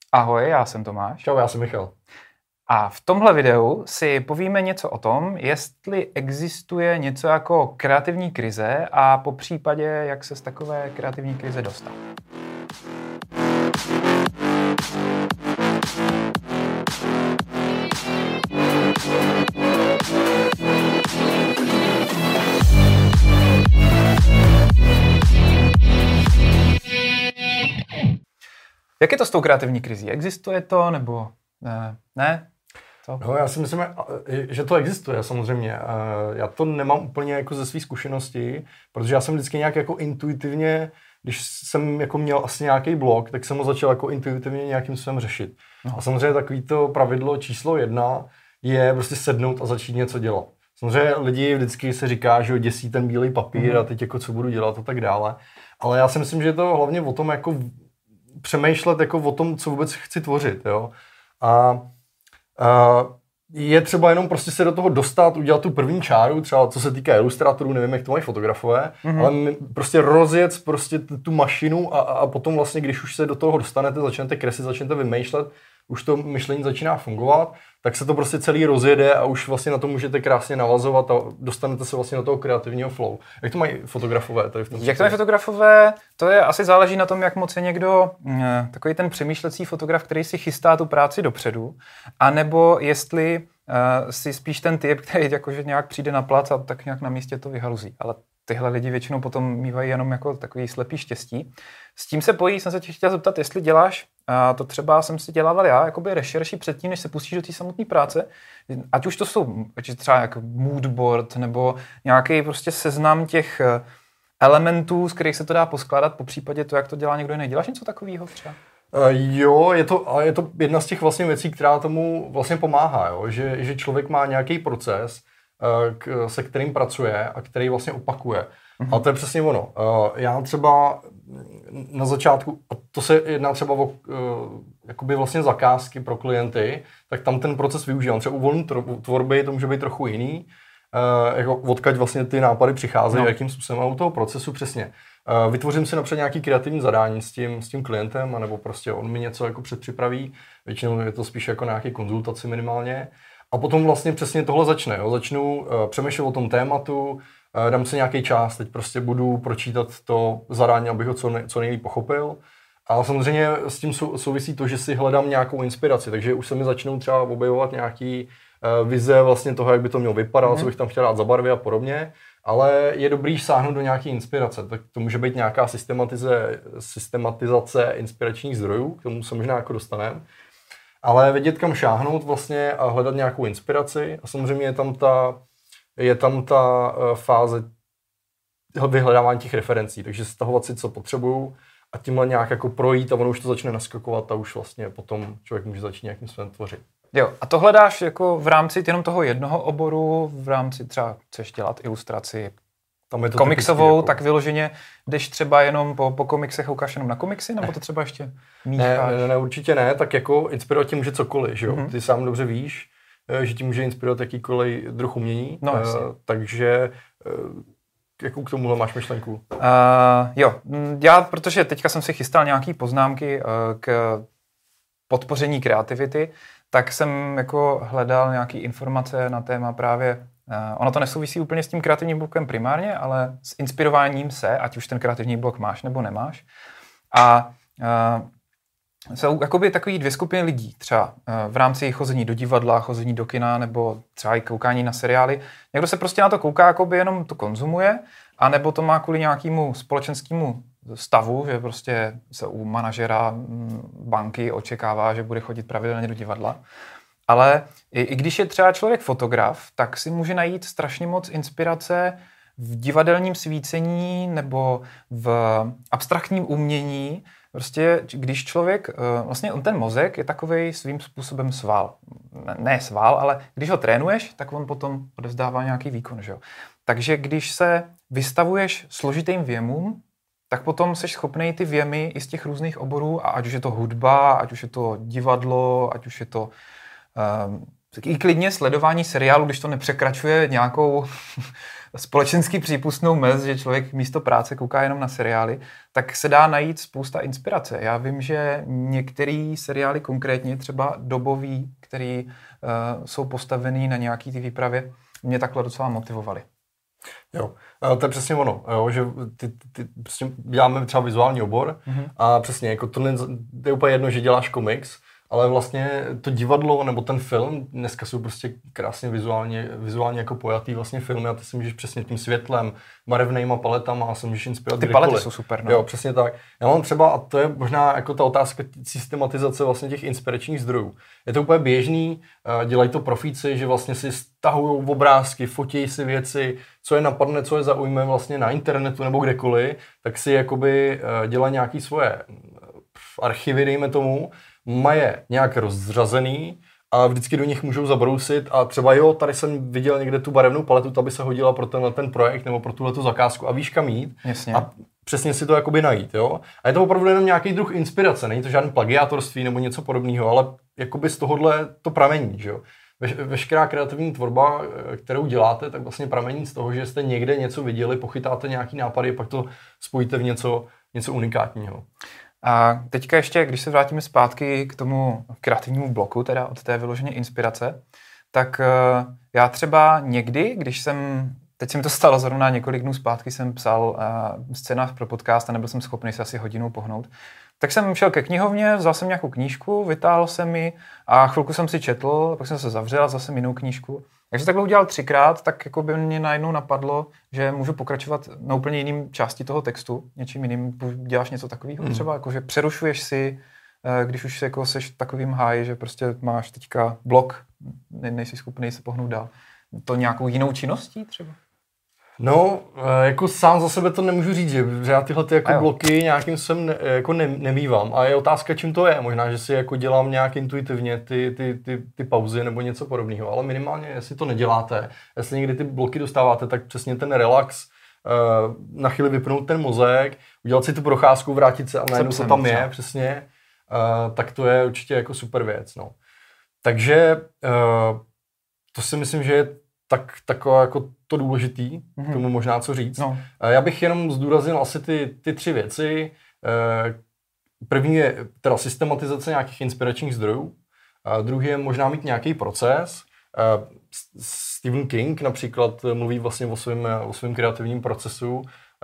Ahoj, já jsem Tomáš. Čau, já jsem Michal. A v tomhle videu si povíme něco o tom, jestli existuje něco jako kreativní krize a po případě, jak se z takové kreativní krize dostat. Jak je to s tou kreativní krizí? Existuje to, nebo ne? Co? No, já si myslím, že to existuje samozřejmě. Já to nemám úplně jako ze své zkušenosti, protože já jsem vždycky nějak jako intuitivně, když jsem jako měl asi nějaký blog, tak jsem ho začal jako intuitivně nějakým způsobem řešit. No. A samozřejmě takový to pravidlo číslo 1 je prostě sednout a začít něco dělat. Samozřejmě lidi vždycky se říká, že děsí ten bílej papír a teď jako co budu dělat a tak dále. Ale já si myslím, že je to hlavně o tom jako přemýšlet jako o tom, co vůbec chci tvořit, jo. A je třeba jenom prostě se do toho dostat, udělat tu první čáru, třeba co se týká ilustrátorů, nevím, jak to mají fotografové, ale prostě rozjet prostě tu mašinu a potom vlastně, když už se do toho dostanete, začnete kreslit, začnete vymýšlet, už to myšlení začíná fungovat, tak se to prostě celý rozjede a už vlastně na to můžete krásně navazovat a dostanete se vlastně do toho kreativního flow. Jak to mají fotografové tady v tom? Jak to mají fotografové? To je asi záleží na tom, jak moc je někdo takový ten přemýšlecí fotograf, který si chystá tu práci dopředu, anebo jestli si spíš ten typ, který jakože nějak přijde na plac a tak nějak na místě to vyhaluzí. Ale tyhle lidi většinou potom mívají jenom jako takový slepý štěstí. S tím se pojí, jsem se tě chtěl zeptat, jestli děláš, to třeba jsem si dělával já, jakoby rešerši předtím, než se pustíš do té samotné práce, ať už to jsou třeba jako moodboard nebo nějaký prostě seznam těch elementů, z kterých se to dá poskládat, po případě to, jak to dělá někdo jiný. Děláš něco takového třeba? Jo, je to jedna z těch vlastně věcí, která tomu vlastně pomáhá, jo? Že člověk má nějaký proces, se kterým pracuje a který vlastně opakuje. A to je přesně ono. Já třeba na začátku, a to se jedná třeba o jakoby vlastně zakázky pro klienty, tak tam ten proces využívám. Třeba u volné tvorby to může být trochu jiný, jako odkud vlastně ty nápady přicházejí, jakým způsobem, a u toho procesu přesně. Vytvořím si například nějaký kreativní zadání s tím klientem, anebo prostě on mi něco jako předpřipraví. Většinou je to spíš jako nějaký konzultaci minimálně. A potom vlastně přesně tohle začne. Jo? Začnu přemýšlet o tom tématu, dám si nějaký čas, teď prostě budu pročítat to zadání, abych ho co nejlíp pochopil. A samozřejmě s tím souvisí to, že si hledám nějakou inspiraci, takže už se mi začnou třeba objevovat nějaký vize vlastně toho, jak by to mělo vypadat, co bych tam chtěl dát za barvy a podobně. Ale je dobrý sáhnout do nějaké inspirace, tak to může být nějaká systematizace inspiračních zdrojů, k tomu se možná jako dostaneme. Ale vědět, kam šáhnout vlastně a hledat nějakou inspiraci. A samozřejmě je tam ta fáze vyhledávání těch referencí, takže stahovat si, co potřebuju a tímhle nějak jako projít a ono už to začne naskakovat a už vlastně potom člověk může začít nějakým způsobem tvořit. Jo, a to hledáš jako v rámci jenom toho jednoho oboru, v rámci třeba chceš dělat ilustraci komiksovou, jako tak vyloženě jdeš třeba jenom po komiksech, koukáš jenom na komiksy, nebo to třeba ještě mícháš? Ne, určitě ne, tak jako inspirovat tě může cokoliv, že jo? Ty sám dobře víš, že ti může inspirovat jakýkoliv druh umění, takže jakou k tomuhle máš myšlenku? Jo, já, protože teďka jsem si chystal nějaký poznámky k podpoření kreativity, tak jsem jako hledal nějaké informace na téma právě, ono to nesouvisí úplně s tím kreativním blokem primárně, ale s inspirováním se, ať už ten kreativní blok máš nebo nemáš. A jsou jakoby takový dvě skupiny lidí, třeba v rámci chození do divadla, chození do kina nebo třeba i koukání na seriály. Někdo se prostě na to kouká, jakoby jenom to konzumuje, anebo to má kvůli nějakému společenskému stavu, že prostě se u manažera banky očekává, že bude chodit pravidelně do divadla. Ale i když je třeba člověk fotograf, tak si může najít strašně moc inspirace v divadelním svícení nebo v abstraktním umění. Prostě když člověk, vlastně ten mozek je takovej svým způsobem sval. Ne sval, ale když ho trénuješ, tak on potom odevzdává nějaký výkon. Že jo? Takže když se vystavuješ složitým věmům, tak potom jsi schopnej ty věmy i z těch různých oborů, a ať už je to hudba, ať už je to divadlo, ať už je to i klidně sledování seriálu, když to nepřekračuje nějakou společensky přípustnou mez, že člověk místo práce kouká jenom na seriály, tak se dá najít spousta inspirace. Já vím, že některé seriály konkrétně, třeba dobový, který jsou postavený na nějaký ty výpravě, mě takhle docela motivovaly. Jo, to je přesně ono, jo, že ty prostě děláme třeba vizuální obor a přesně, jako to je úplně jedno, že děláš komiks, ale vlastně to divadlo nebo ten film, dneska jsou prostě krásně vizuálně jako pojatý vlastně filmy a ty si můžeš přesně tím světlem, barevnýma paletama a se můžeš inspirovat kdekoliv. Ty palety jsou super, no. Jo, přesně tak. Já mám třeba, a to je možná jako ta otázka systematizace vlastně těch inspiračních zdrojů. Je to úplně běžný, dělají to profíci, že vlastně si stahujou obrázky, fotí si věci, co je napadne, co je zaujme vlastně na internetu nebo kdekoliv, tak si jakoby dělají nějaký svoje archivy, dejme tomu, mají nějak rozřazený a vždycky do nich můžou zabrousit a třeba jo, tady jsem viděl někde tu barevnou paletu, ta by se hodila pro ten projekt nebo pro tuhletu zakázku a víš kam jít. Jasně. A přesně si to jakoby najít, jo. A je to opravdu jenom nějaký druh inspirace, není to žádný plagiátorství nebo něco podobného, ale jakoby z tohohle to pramení, že jo. Veškerá kreativní tvorba, kterou děláte, tak vlastně pramení z toho, že jste někde něco viděli, pochytáte nějaký nápady, pak to spojíte v něco unikátního. A teďka ještě, když se vrátíme zpátky k tomu kreativnímu bloku, teda od té vyloženě inspirace, tak já třeba někdy, teď se mi to stalo zrovna několik dnů zpátky, jsem psal scénář pro podcast a nebyl jsem schopný se asi hodinu pohnout, tak jsem šel ke knihovně, vzal jsem nějakou knížku, vytáhl jsem ji a chvilku jsem si četl, pak jsem se zavřel a zase jinou knížku. Takže takhle udělal 3krát, tak jako by mě najednou napadlo, že můžu pokračovat na úplně jiným části toho textu, něčím jiným. Děláš něco takového třeba, jako že přerušuješ si, když už jako seš takovým háji, že prostě máš teďka blok, nejsi schopný se pohnout dál. To nějakou jinou činností třeba? No, jako sám za sebe to nemůžu říct, že já tyhle jako bloky nějakým jsem jako nemývám. A je otázka, čím to je. Možná, že si jako dělám nějak intuitivně ty pauzy nebo něco podobného. Ale minimálně, jestli to neděláte, jestli někdy ty bloky dostáváte, tak přesně ten relax, na chvíli vypnout ten mozek, udělat si tu procházku, vrátit se a najednou to tam je, přesně, tak to je určitě jako super věc. No. Takže to si myslím, že je takové jako to důležitý, k tomu možná co říct. No. Já bych jenom zdůraznil asi ty 3 věci. První je teda systematizace nějakých inspiračních zdrojů. Druhý je možná mít nějaký proces. Stephen King například mluví vlastně o svém kreativním procesu,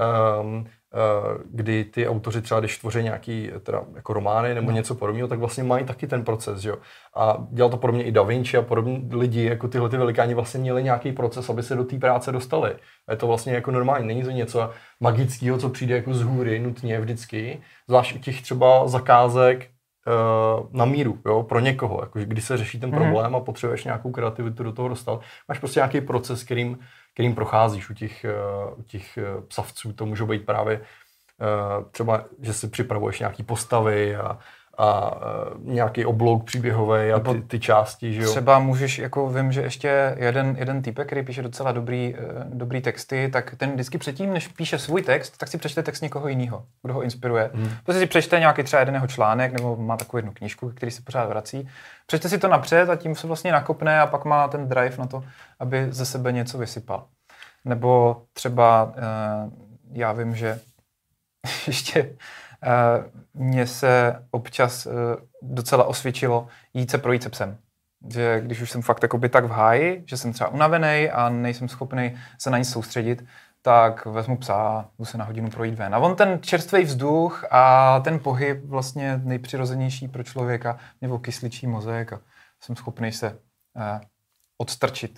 kdy ty autoři třeba, když tvoří nějaký teda jako romány nebo něco podobného, tak vlastně mají taky ten proces, že jo. A dělal to podobně i Da Vinci a podobní lidi, jako tyhle ty velikáni vlastně měli nějaký proces, aby se do té práce dostali. A je to vlastně jako normální, není to něco magického, co přijde jako z hůry nutně vždycky, zvlášť u těch třeba zakázek na míru, jo, pro někoho, jako když se řeší ten problém a potřebuješ nějakou kreativitu do toho dostat, máš prostě nějaký proces, kterým procházíš u těch psavců. To můžou být právě třeba, že si připravuješ nějaký postavy a nějaký oblouk příběhový a ty části, že jo. Třeba můžeš, jako vím, že ještě jeden týpek, který píše docela dobrý texty, tak ten vždycky předtím, než píše svůj text, tak si přečte text někoho jiného, kdo ho inspiruje. Prostě si přečte nějaký třeba jeden jeho článek, nebo má takovou jednu knížku, který se pořád vrací. Přečte si to napřed a tím se vlastně nakopne a pak má ten drive na to, aby ze sebe něco vysypal. Nebo třeba já vím, že ještě mně se občas docela osvědčilo jít se projít se psem. Že když už jsem fakt jakoby tak v háji, že jsem třeba unavený a nejsem schopný se na nic soustředit, tak vezmu psa a jdu se na hodinu projít ven. A on ten čerstvý vzduch a ten pohyb vlastně nejpřirozenější pro člověka, nebo kysličí mozek a jsem schopný se odstrčit.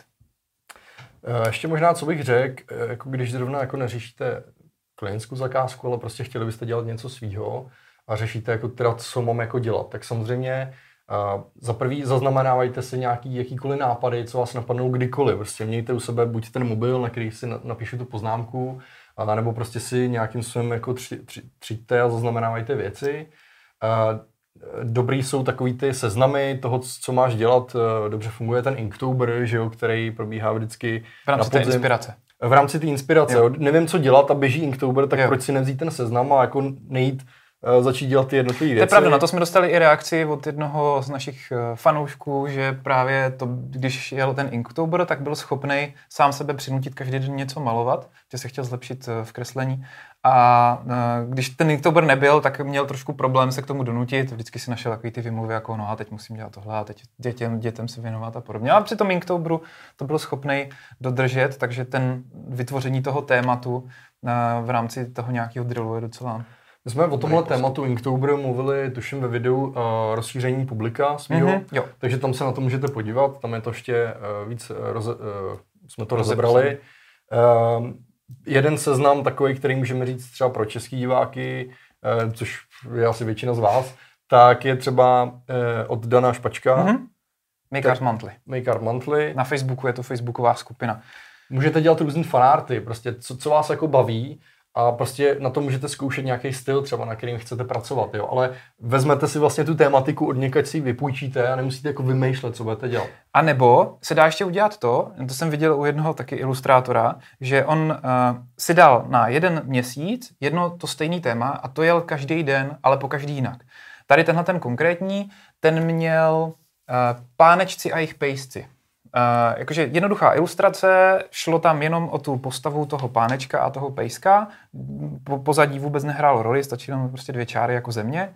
Ještě možná, co bych řekl, jako když zrovna jako neřešíte klientskou zakázku, ale prostě chtěli byste dělat něco svýho a řešíte, jako teda, co mám jako dělat. Tak samozřejmě za prvý zaznamenávajte si jakýkoliv nápady, co vás napadnou kdykoliv. Prostě mějte u sebe buď ten mobil, na který si napíšu tu poznámku, nebo prostě si nějakým svým jako třiďte a zaznamenávajte věci. Dobrý jsou takový ty seznamy toho, co máš dělat. Dobře funguje ten Inktober, že jo, který probíhá vždycky na podzim. Inspirace. V rámci té inspirace. Jo. Nevím, co dělat a běží Inktober, tak proč si nevzít ten seznam a jako nejít začít dělat ty jednotlivé věci. To je pravda, na to jsme dostali i reakci od jednoho z našich fanoušků, že právě to, když jel ten Inktober, tak byl schopný sám sebe přinutit každý den něco malovat, že se chtěl zlepšit v kreslení. A když ten Inktober nebyl, tak měl trošku problém se k tomu donutit. Vždycky si našel takový ty vymluvy, jako no a teď musím dělat tohle, a teď dětem se věnovat a podobně. A při tom Inktoberu to byl schopný dodržet, takže ten vytvoření toho tématu v rámci toho nějakého drillu je docela... My jsme o tomhle tématu Inktober mluvili, tuším, ve videu rozšíření publika svýho, takže tam se na to můžete podívat, tam je to ještě víc, jsme to rozebrali. Jeden seznam takový, který můžeme říct třeba pro český diváky, což je asi většina z vás, tak je třeba od Dana Špačka. Make Art Monthly. Make Art Monthly. Na Facebooku je to facebooková skupina. Můžete dělat různý fanarty, prostě co vás jako baví a prostě na to můžete zkoušet nějaký styl třeba, na kterým chcete pracovat, jo, ale vezmete si vlastně tu tématiku od někač si ji vypůjčíte a nemusíte jako vymýšlet, co budete dělat. A nebo se dá ještě udělat to jsem viděl u jednoho taky ilustrátora, že on si dal na jeden měsíc jedno to stejný téma a to jel každý den, ale po každý jinak. Tady tenhle ten konkrétní, ten měl pánečci a jejich pejsci. Jakože jednoduchá ilustrace, šlo tam jenom o tu postavu toho pánečka a toho pejska. Pozadí vůbec nehrálo roli, stačí jenom prostě 2 čáry jako země.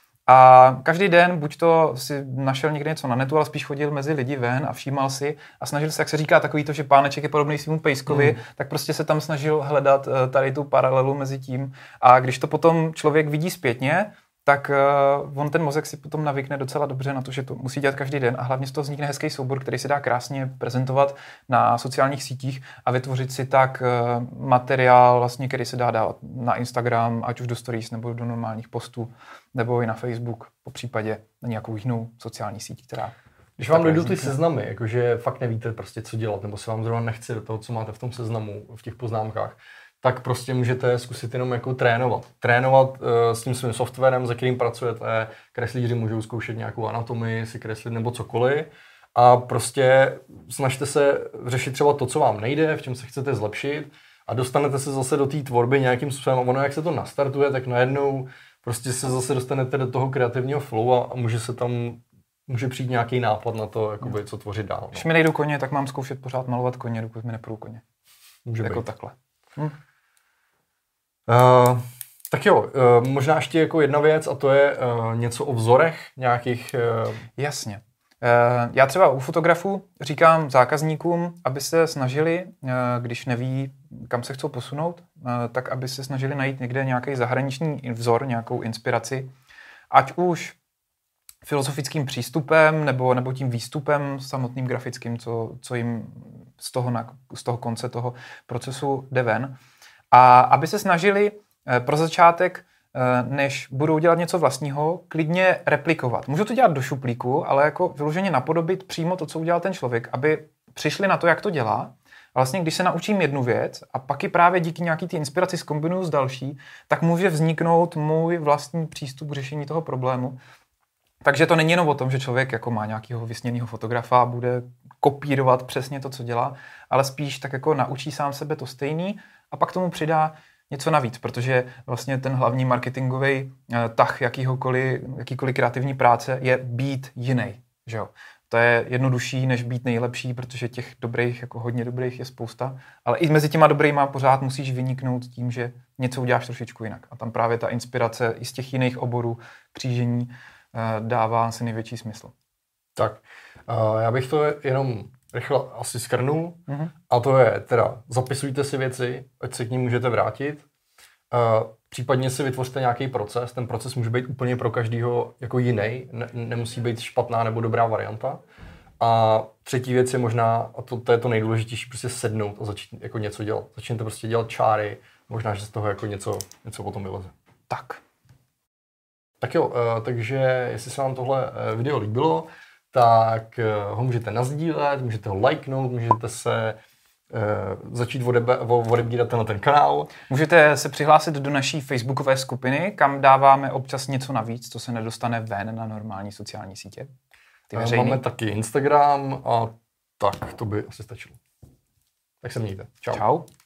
A každý den buď to si našel někde něco na netu, ale spíš chodil mezi lidi ven a všímal si a snažil se, jak se říká takový to, že páneček je podobný svému pejskovi, tak prostě se tam snažil hledat tady tu paralelu mezi tím. A když to potom člověk vidí zpětně, tak on ten mozek si potom navykne docela dobře na to, že to musí dělat každý den a hlavně z toho vznikne hezký soubor, který se dá krásně prezentovat na sociálních sítích a vytvořit si tak materiál, vlastně, který se dá dávat na Instagram, ať už do stories nebo do normálních postů, nebo i na Facebook, po případě na nějakou jinou sociální síť, která... Když vám dojdou ty seznamy, jakože fakt nevíte prostě, co dělat, nebo se vám zrovna nechce do toho, co máte v tom seznamu, v těch poznámkách, tak prostě můžete zkusit jenom jako trénovat. Trénovat s tím svým softwarem, se kterým pracujete, kreslíři můžou zkoušet nějakou anatomii, si kreslit nebo cokoliv a prostě snažte se řešit třeba to, co vám nejde, v čem se chcete zlepšit a dostanete se zase do té tvorby nějakým způsobem a ono, jak se to nastartuje, tak najednou prostě se zase dostanete do toho kreativního flow a může přijít nějaký nápad na to, jakoby, co tvořit dál. No. Když mi nejdou koně, tak mám zkoušet pořád malovat koně, dokud mi nepůjdou koně. Může jako být. Takhle. Tak jo, možná ještě jako jedna věc a to je něco o vzorech nějakých... Jasně. Já třeba u fotografů říkám zákazníkům, aby se snažili, když neví, kam se chcou posunout, tak aby se snažili najít někde nějaký zahraniční vzor, nějakou inspiraci, ať už filozofickým přístupem nebo tím výstupem samotným grafickým, co jim z toho konce toho procesu jde ven. A aby se snažili pro začátek, než budou dělat něco vlastního, klidně replikovat. Můžu to dělat do šuplíku, ale jako vyloženě napodobit přímo to, co udělal ten člověk, aby přišli na to, jak to dělá. A vlastně, když se naučím jednu věc a pak ji právě díky nějaký ty inspiraci zkombinuju s další, tak může vzniknout můj vlastní přístup k řešení toho problému. Takže to není jenom o tom, že člověk jako má nějakého vysněného fotografa a bude kopírovat přesně to, co dělá, ale spíš tak jako naučí sám sebe to stejný a pak tomu přidá něco navíc, protože vlastně ten hlavní marketingový tah jakýkoliv kreativní práce je být jiný, že jo. To je jednodušší, než být nejlepší, protože těch dobrých, jako hodně dobrých je spousta, ale i mezi těma dobrýma pořád musíš vyniknout tím, že něco uděláš trošičku jinak. A tam právě ta inspirace i z těch jiných oborů křížení dává asi největší smysl. Tak, já bych to jenom rychle asi skrnul. A to je teda, zapisujte si věci, ať se k ním můžete vrátit. Případně si vytvořte nějaký proces. Ten proces může být úplně pro každého jako jiný. Nemusí být špatná nebo dobrá varianta. A třetí věc je možná, a to je to nejdůležitější, prostě sednout a začít jako něco dělat. Začněte prostě dělat čáry, možná, že z toho jako něco potom vyleze. Tak jo, takže jestli se vám tohle video líbilo, tak ho můžete nasdílet, můžete ho lajknout, můžete se začít odebírat ten kanál. Můžete se přihlásit do naší facebookové skupiny, kam dáváme občas něco navíc, co se nedostane ven na normální sociální sítě. Máme taky Instagram a tak to by asi stačilo. Tak se mějte. Čau. Čau.